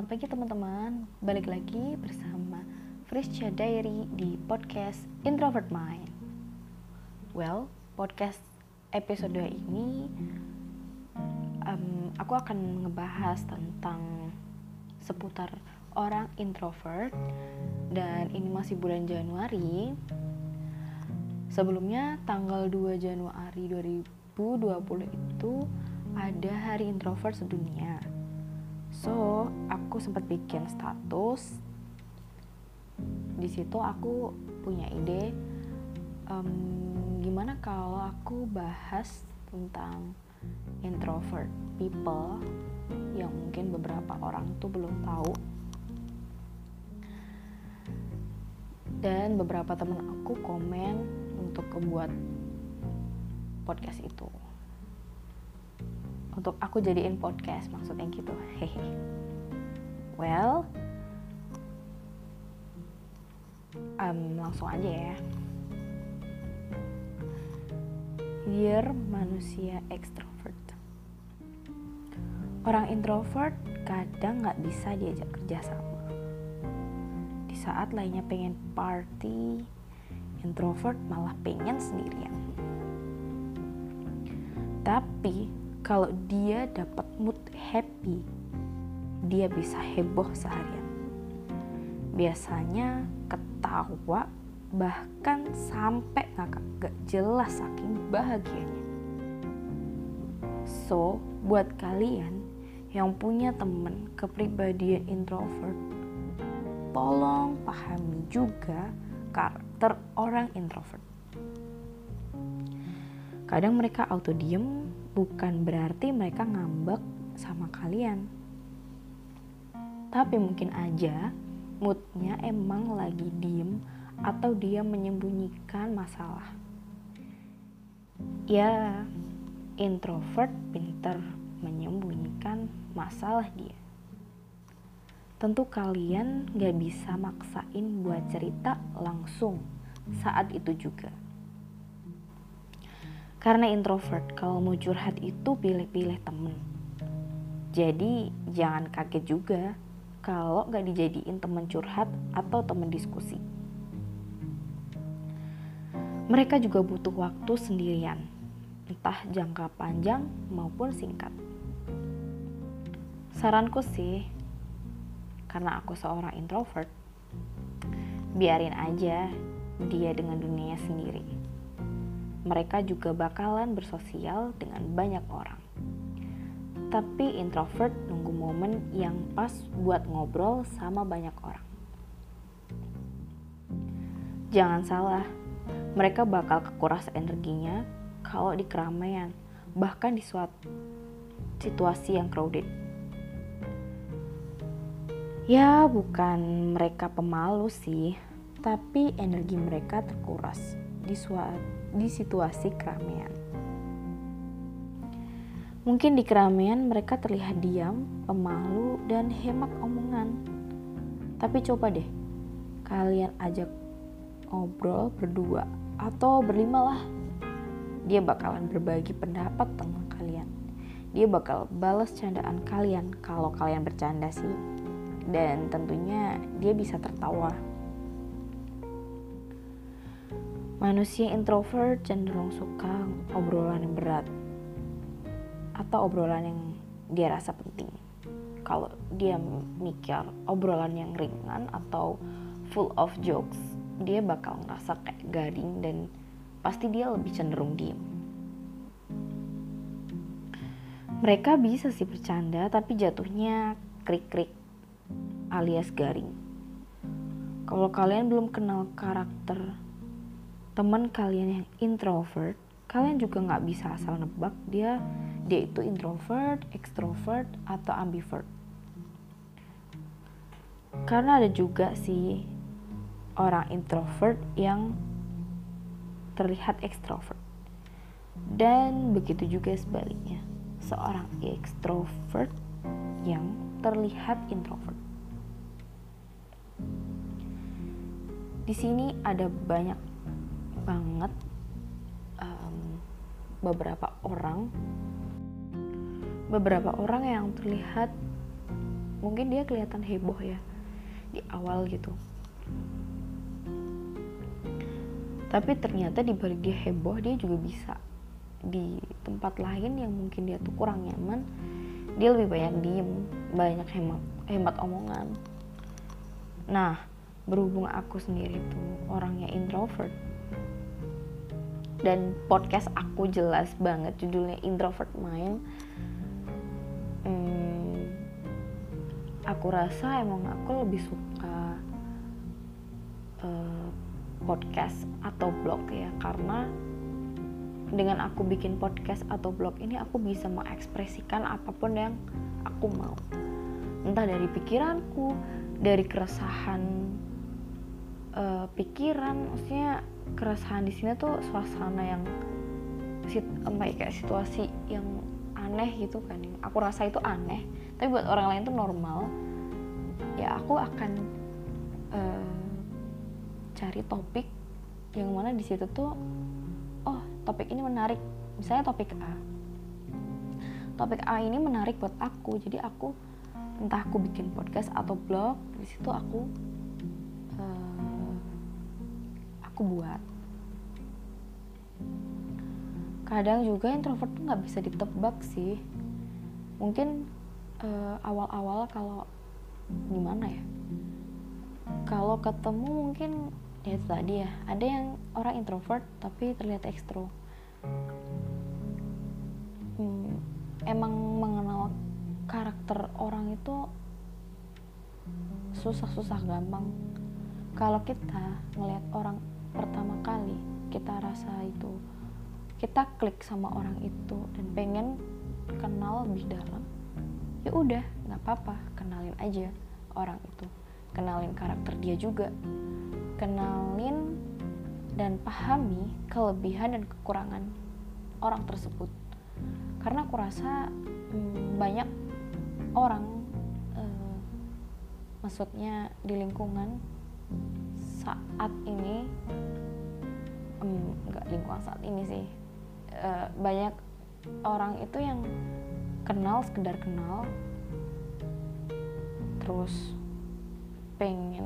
Selamat pagi teman-teman, balik lagi bersama Friscia Diary di podcast Introvert Mind. Podcast episode ini aku akan ngebahas tentang seputar orang introvert. Dan ini masih bulan Januari. Sebelumnya tanggal 2 Januari 2020 itu ada Hari Introvert Sedunia. So, aku sempat bikin status. Di situ aku punya ide, gimana kalau aku bahas tentang introvert people yang mungkin beberapa orang tuh belum tahu. Dan beberapa teman aku komen untuk membuat podcast itu. Untuk aku jadiin podcast, maksudnya gitu. Langsung aja ya. Dear manusia extrovert, orang introvert kadang gak bisa diajak kerjasama. Di saat lainnya pengen party, introvert malah pengen sendirian. Tapi kalau dia dapat mood happy, dia bisa heboh seharian. Biasanya ketawa, bahkan sampai ngakak gak jelas saking bahagianya. So, buat kalian yang punya temen kepribadian introvert, tolong pahami juga karakter orang introvert. Kadang mereka auto diem, bukan berarti mereka ngambek sama kalian. Tapi mungkin aja moodnya emang lagi diem atau dia menyembunyikan masalah. Ya, introvert pinter menyembunyikan masalah dia. Tentu kalian gak bisa maksain buat cerita langsung saat itu juga. Karena introvert kalau mau curhat itu pilih-pilih temen. Jadi jangan kaget juga kalau gak dijadiin temen curhat atau temen diskusi. Mereka juga butuh waktu sendirian, entah jangka panjang maupun singkat. Saranku sih, karena aku seorang introvert, biarin aja dia dengan dunianya sendiri. Mereka juga bakalan bersosial dengan banyak orang. Tapi introvert nunggu momen yang pas buat ngobrol sama banyak orang. Jangan salah, mereka bakal kekuras energinya kalau di keramaian, bahkan di suatu situasi yang crowded. Ya, bukan mereka pemalu sih, tapi energi mereka terkuras di situasi keramaian. Mungkin di keramaian mereka terlihat diam, pemalu, dan hemat omongan. Tapi coba deh, kalian ajak ngobrol berdua atau berlima lah. Dia bakalan berbagi pendapat tentang kalian. Dia bakal balas candaan kalian kalau kalian bercanda sih. Dan tentunya dia bisa tertawa. Manusia introvert cenderung suka obrolan yang berat atau obrolan yang dia rasa penting. Kalau dia mikir obrolan yang ringan atau full of jokes, dia bakal ngerasa kayak garing dan pasti dia lebih cenderung diem. Mereka bisa sih bercanda tapi jatuhnya krik-krik alias garing. Kalau kalian belum kenal karakter teman kalian yang introvert, kalian juga gak bisa asal nebak dia itu introvert, extrovert, atau ambivert. Karena ada juga sih orang introvert yang terlihat extrovert. Dan begitu juga sebaliknya, seorang extrovert yang terlihat introvert. Di sini ada banyak banget beberapa orang yang terlihat mungkin dia kelihatan heboh ya di awal gitu, tapi ternyata di balik dia heboh, dia juga bisa di tempat lain yang mungkin dia tuh kurang nyaman, dia lebih banyak diem, banyak hemat omongan. Nah, berhubung aku sendiri tuh orangnya introvert, dan podcast aku jelas banget judulnya Introvert Mind, aku rasa emang aku lebih suka podcast atau blog ya, karena dengan aku bikin podcast atau blog ini aku bisa mengekspresikan apapun yang aku mau, entah dari pikiranku, dari keresahan pikiran, maksudnya keresahan di sini tuh suasana yang kayak situasi yang aneh gitu kan, yang aku rasa itu aneh tapi buat orang lain tuh normal, ya aku akan cari topik yang mana di situ tuh topik ini menarik, misalnya topik A ini menarik buat aku, jadi aku entah aku bikin podcast atau blog, di situ aku buat. Kadang juga introvert tuh nggak bisa ditebak sih, mungkin awal-awal kalau gimana ya, kalau ketemu mungkin ya itu tadi ya, ada yang orang introvert tapi terlihat ekstro. Emang mengenal karakter orang itu susah gampang. Kalau kita ngelihat orang pertama kali, kita rasa itu, kita klik sama orang itu dan pengen kenal lebih dalam, ya udah nggak apa-apa, kenalin aja orang itu, kenalin karakter dia juga, kenalin dan pahami kelebihan dan kekurangan orang tersebut. Karena aku rasa banyak orang, maksudnya di lingkungan saat ini, nggak lingkungan saat ini sih, banyak orang itu yang kenal sekedar kenal, terus pengen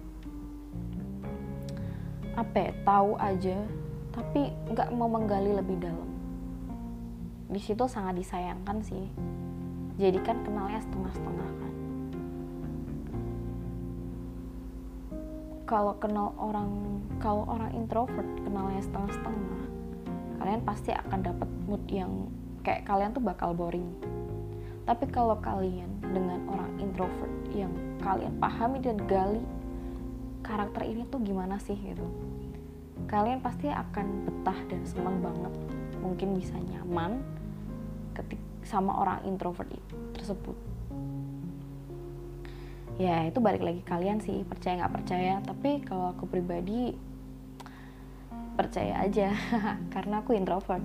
tahu aja tapi nggak mau menggali lebih dalam. Di situ sangat disayangkan sih, jadi kan kenalnya setengah-setengah kan. Kalau orang introvert kenalnya setengah-setengah, kalian pasti akan dapat mood yang kayak kalian tuh bakal boring. Tapi kalau kalian dengan orang introvert yang kalian pahami dan gali karakter ini tuh gimana sih gitu, kalian pasti akan betah dan senang banget, mungkin bisa nyaman sama orang introvert tersebut. Ya itu balik lagi kalian sih, percaya nggak percaya. Tapi kalau aku pribadi percaya aja karena aku introvert.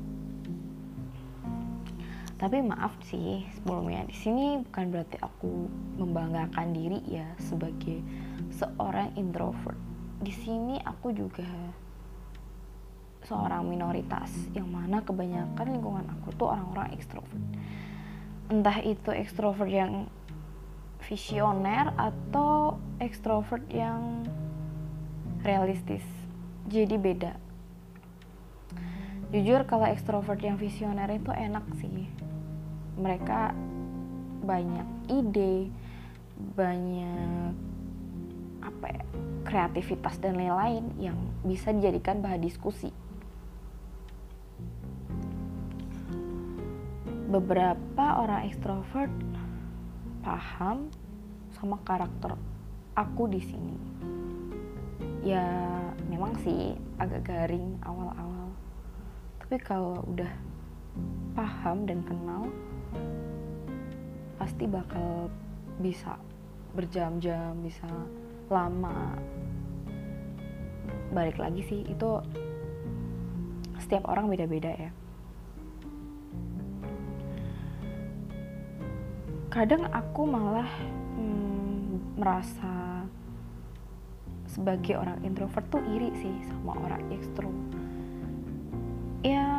Tapi maaf sih sebelumnya, di sini bukan berarti aku membanggakan diri ya sebagai seorang introvert. Di sini aku juga seorang minoritas, yang mana kebanyakan lingkungan aku tuh orang-orang ekstrovert. Entah itu ekstrovert yang visioner atau ekstrovert yang realistis, jadi beda. Jujur kalau ekstrovert yang visioner itu enak sih, mereka banyak ide, banyak kreativitas dan lain-lain yang bisa dijadikan bahan diskusi. Beberapa orang ekstrovert paham sama karakter aku di sini. Ya memang sih agak garing awal-awal, tapi kalau udah paham dan kenal, pasti bakal bisa berjam-jam, bisa lama. Balik lagi sih, itu setiap orang beda-beda ya. Kadang aku malah merasa sebagai orang introvert tuh iri sih sama orang ekstro. Ya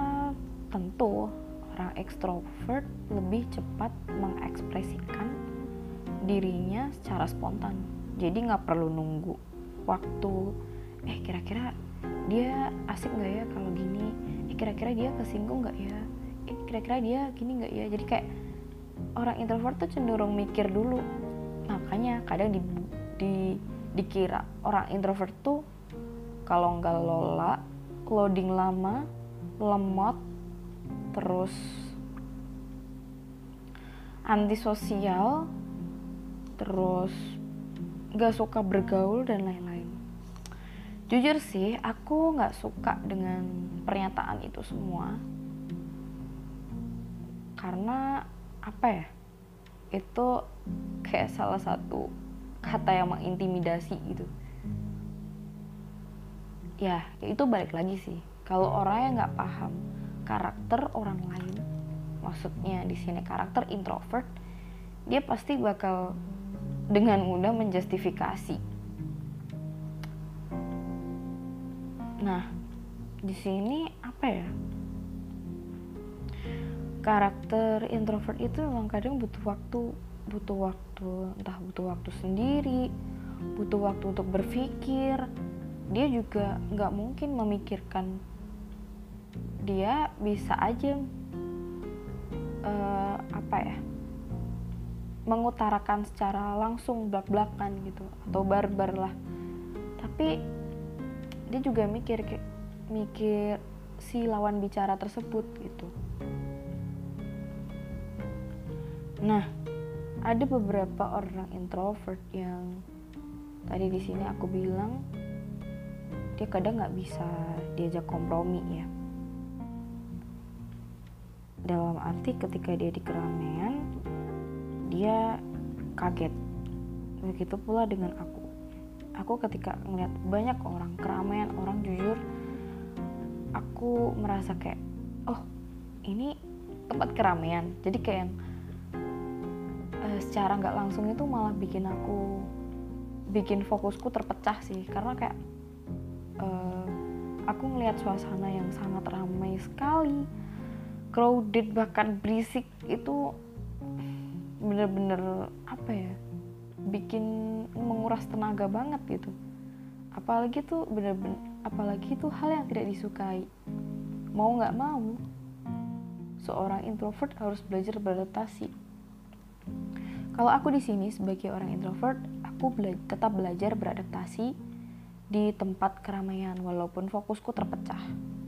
tentu orang ekstrovert lebih cepat mengekspresikan dirinya secara spontan. Jadi nggak perlu nunggu waktu. Kira-kira dia asik nggak ya kalau gini? Kira-kira dia kesinggung nggak ya? Kira-kira dia gini nggak ya? Jadi kayak orang introvert tuh cenderung mikir dulu. Makanya kadang dikira orang introvert tuh kalau nggak loading lama, lemot, terus antisosial, terus nggak suka bergaul dan lain-lain. Jujur sih, aku nggak suka dengan pernyataan itu semua, karena apa ya? Itu kayak salah satu kata yang mengintimidasi gitu. Ya itu balik lagi sih. Kalau orang yang nggak paham karakter orang lain, maksudnya di sini karakter introvert, dia pasti bakal dengan mudah menjustifikasi. Nah, di sini apa ya? Karakter introvert itu memang kadang butuh waktu, entah butuh waktu sendiri, butuh waktu untuk berpikir. Dia juga nggak mungkin memikirkan, dia bisa aja mengutarakan secara langsung blak-blakan gitu, atau barbar lah. Tapi dia juga mikir si lawan bicara tersebut gitu. Nah, ada beberapa orang introvert yang tadi di sini aku bilang dia kadang nggak bisa diajak kompromi ya. Dalam arti ketika dia di keramaian, dia kaget. Begitu pula dengan aku. Aku ketika ngeliat banyak orang keramaian, orang jujur, aku merasa kayak, oh ini tempat keramaian. Jadi kayak yang secara nggak langsung itu malah bikin fokusku terpecah sih, karena kayak aku ngelihat suasana yang sangat ramai sekali, crowded, bahkan berisik, itu bener-bener apa ya, bikin menguras tenaga banget gitu. Apalagi itu hal yang tidak disukai. Mau nggak mau, seorang introvert harus belajar beradaptasi. Kalau aku di sini sebagai orang introvert, aku tetap belajar beradaptasi di tempat keramaian walaupun fokusku terpecah.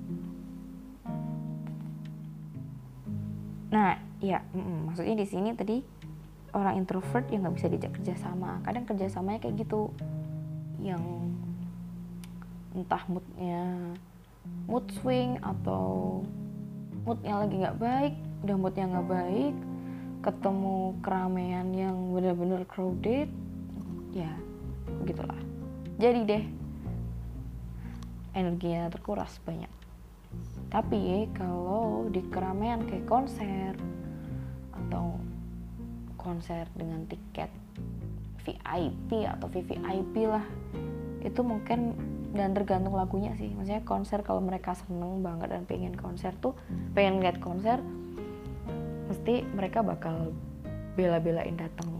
Nah, ya, maksudnya di sini tadi orang introvert yang nggak bisa diajak kerjasama. Kadang kerjasamanya kayak gitu, yang entah mood swing, atau moodnya lagi nggak baik, udah moodnya nggak baik, ketemu keramaian yang benar-benar crowded, ya begitulah. Jadi deh energinya terkuras banyak. Tapi kalau di keramaian kayak konser atau konser dengan tiket VIP atau VVIP lah, itu mungkin, dan tergantung lagunya sih. Maksudnya konser kalau mereka seneng banget dan pengen lihat konser, mesti mereka bakal bela-belain datang.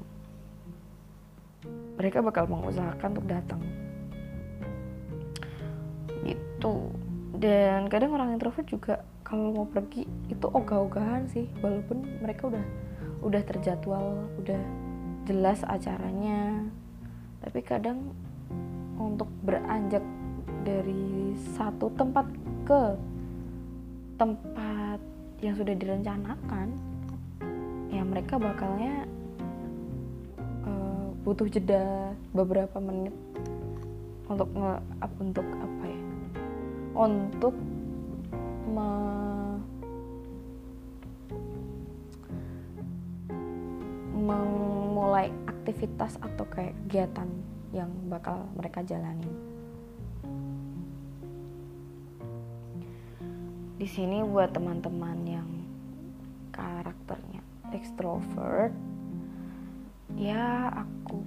Mereka bakal mengusahakan untuk datang gitu. Dan kadang orang introvert juga kalau mau pergi itu ogah-ogahan sih, walaupun mereka udah terjadwal, udah jelas acaranya. Tapi kadang untuk beranjak dari satu tempat ke tempat yang sudah direncanakan, ya mereka bakalnya butuh jeda beberapa menit untuk memulai aktivitas atau kayak kegiatan yang bakal mereka jalani. Di sini buat teman-teman yang karakternya ekstrovert, ya aku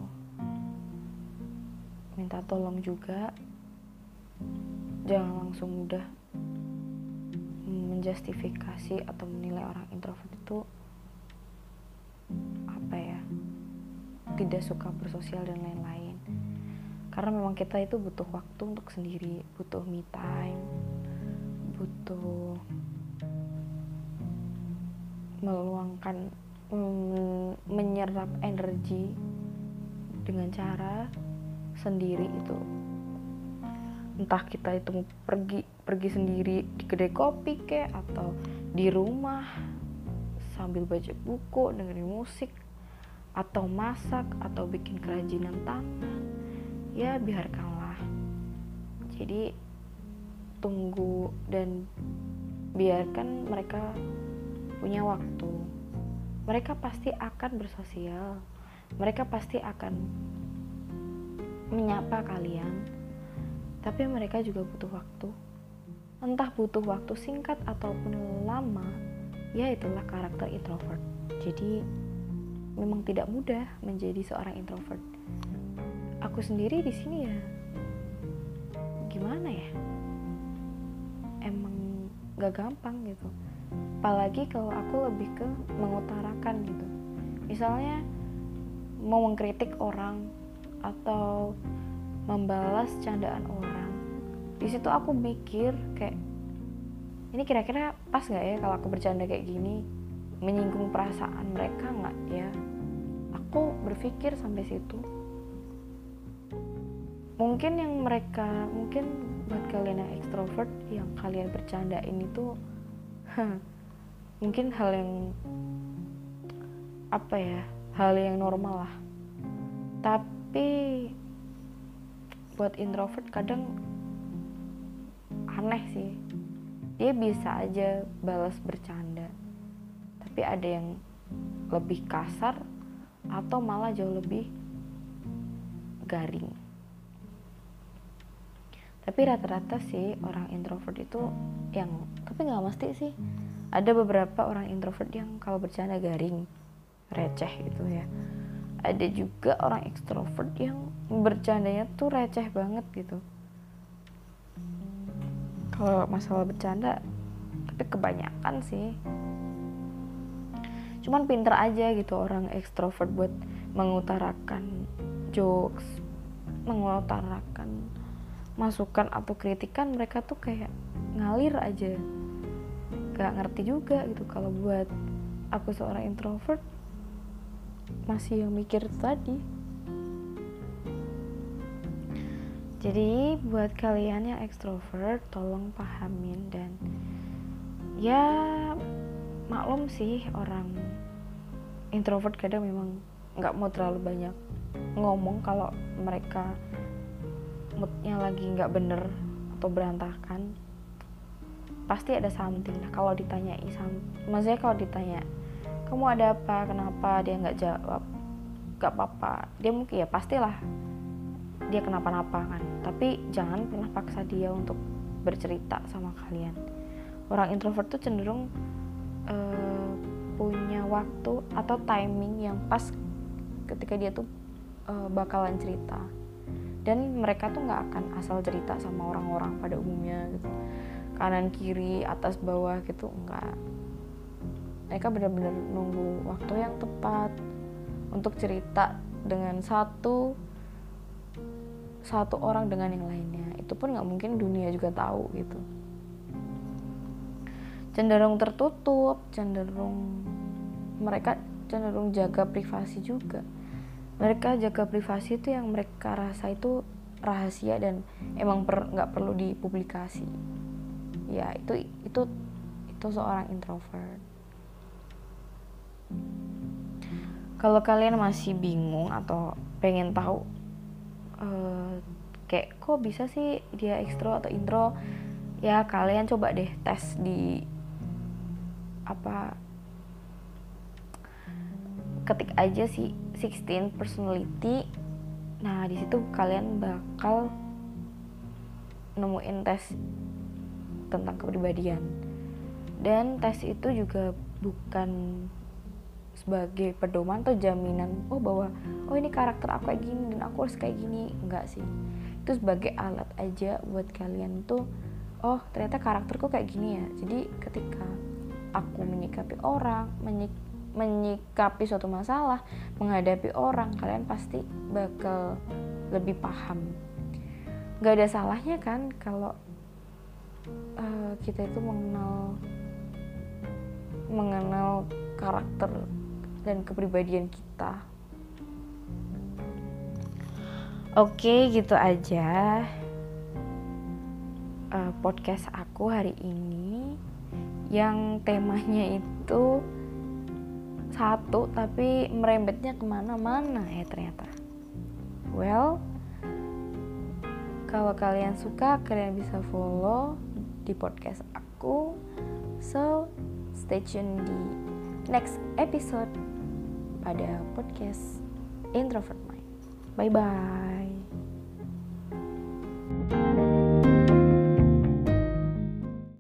minta tolong juga jangan langsung mudah menjustifikasi atau menilai orang introvert itu apa ya, tidak suka bersosial dan lain-lain. Karena memang kita itu butuh waktu untuk sendiri, butuh me time, butuh meluangkan, menyerap energi dengan cara sendiri itu. Entah kita itu mau pergi sendiri di kedai kopi kek, atau di rumah sambil baca buku, dengerin musik, atau masak, atau bikin kerajinan tangan, ya biarkanlah. Jadi tunggu dan biarkan mereka punya waktu. Mereka pasti akan bersosial, mereka pasti akan menyapa kalian, tapi mereka juga butuh waktu. Entah butuh waktu singkat ataupun lama, ya itulah karakter introvert. Jadi memang tidak mudah menjadi seorang introvert. Aku sendiri di sini ya gimana ya, emang gak gampang gitu. Apalagi kalau aku lebih ke mengutarakan gitu. Misalnya mau mengkritik orang atau membalas candaan orang, di situ aku mikir kayak, ini kira-kira pas nggak ya kalau aku bercanda kayak gini, menyinggung perasaan mereka nggak ya? Aku berpikir sampai situ. Mungkin buat kalian yang ekstrovert, yang kalian bercandain itu mungkin hal yang normal lah. Tapi buat introvert kadang aneh sih. Dia bisa aja balas bercanda, tapi ada yang lebih kasar atau malah jauh lebih garing. Tapi rata-rata sih orang introvert itu tapi nggak mesti sih. Ada beberapa orang introvert yang kalau bercanda garing, receh gitu ya. Ada juga orang ekstrovert yang bercandanya tuh receh banget gitu. Kalau masalah bercanda, tapi kebanyakan sih. Cuman pinter aja gitu orang ekstrovert buat mengutarakan jokes, mengutarakan masukan atau kritikan. Mereka tuh kayak ngalir aja, gak ngerti juga gitu. Kalau buat aku seorang introvert, masih yang mikir tadi. Jadi buat kalian yang ekstrovert, tolong pahamin. Dan ya maklum sih, orang introvert kadang memang gak mau terlalu banyak ngomong kalau mereka moodnya lagi gak bener atau berantakan. Pasti ada something. Nah kalau ditanya, kamu ada apa, kenapa, dia gak jawab, gak apa-apa. Dia mungkin ya pastilah dia kenapa-napa kan. Tapi jangan pernah paksa dia untuk bercerita sama kalian. Orang introvert tuh cenderung punya waktu atau timing yang pas ketika dia tuh bakalan cerita. Dan mereka tuh gak akan asal cerita sama orang-orang pada umumnya gitu, kanan kiri atas bawah gitu, enggak. Mereka benar-benar nunggu waktu yang tepat untuk cerita dengan satu orang dengan yang lainnya. Itu pun gak mungkin dunia juga tahu gitu. Cenderung tertutup, mereka cenderung jaga privasi juga. Mereka jaga privasi itu yang mereka rasa itu rahasia dan emang gak perlu dipublikasi. Ya itu seorang introvert. Kalau kalian masih bingung atau pengen tahu kayak kok bisa sih dia ekstro atau intro, ya kalian coba deh tes di ketik aja sih 16 personality. Nah di situ kalian bakal nemuin tes tentang kepribadian. Dan tes itu juga bukan sebagai pedoman atau jaminan bahwa ini karakter aku kayak gini dan aku harus kayak gini. Enggak sih. Itu sebagai alat aja buat kalian tuh, ternyata karakterku kayak gini ya. Jadi ketika aku menyikapi orang, menyikapi suatu masalah, menghadapi orang, kalian pasti bakal lebih paham. Gak ada salahnya kan kalau kita itu mengenal karakter dan kepribadian kita. Oke, gitu aja podcast aku hari ini, yang temanya itu satu tapi merembetnya kemana-mana ya ternyata. Well, kalau kalian suka, kalian bisa follow di podcast aku. So, stay tune di next episode pada podcast Introvert Mind. Bye-bye.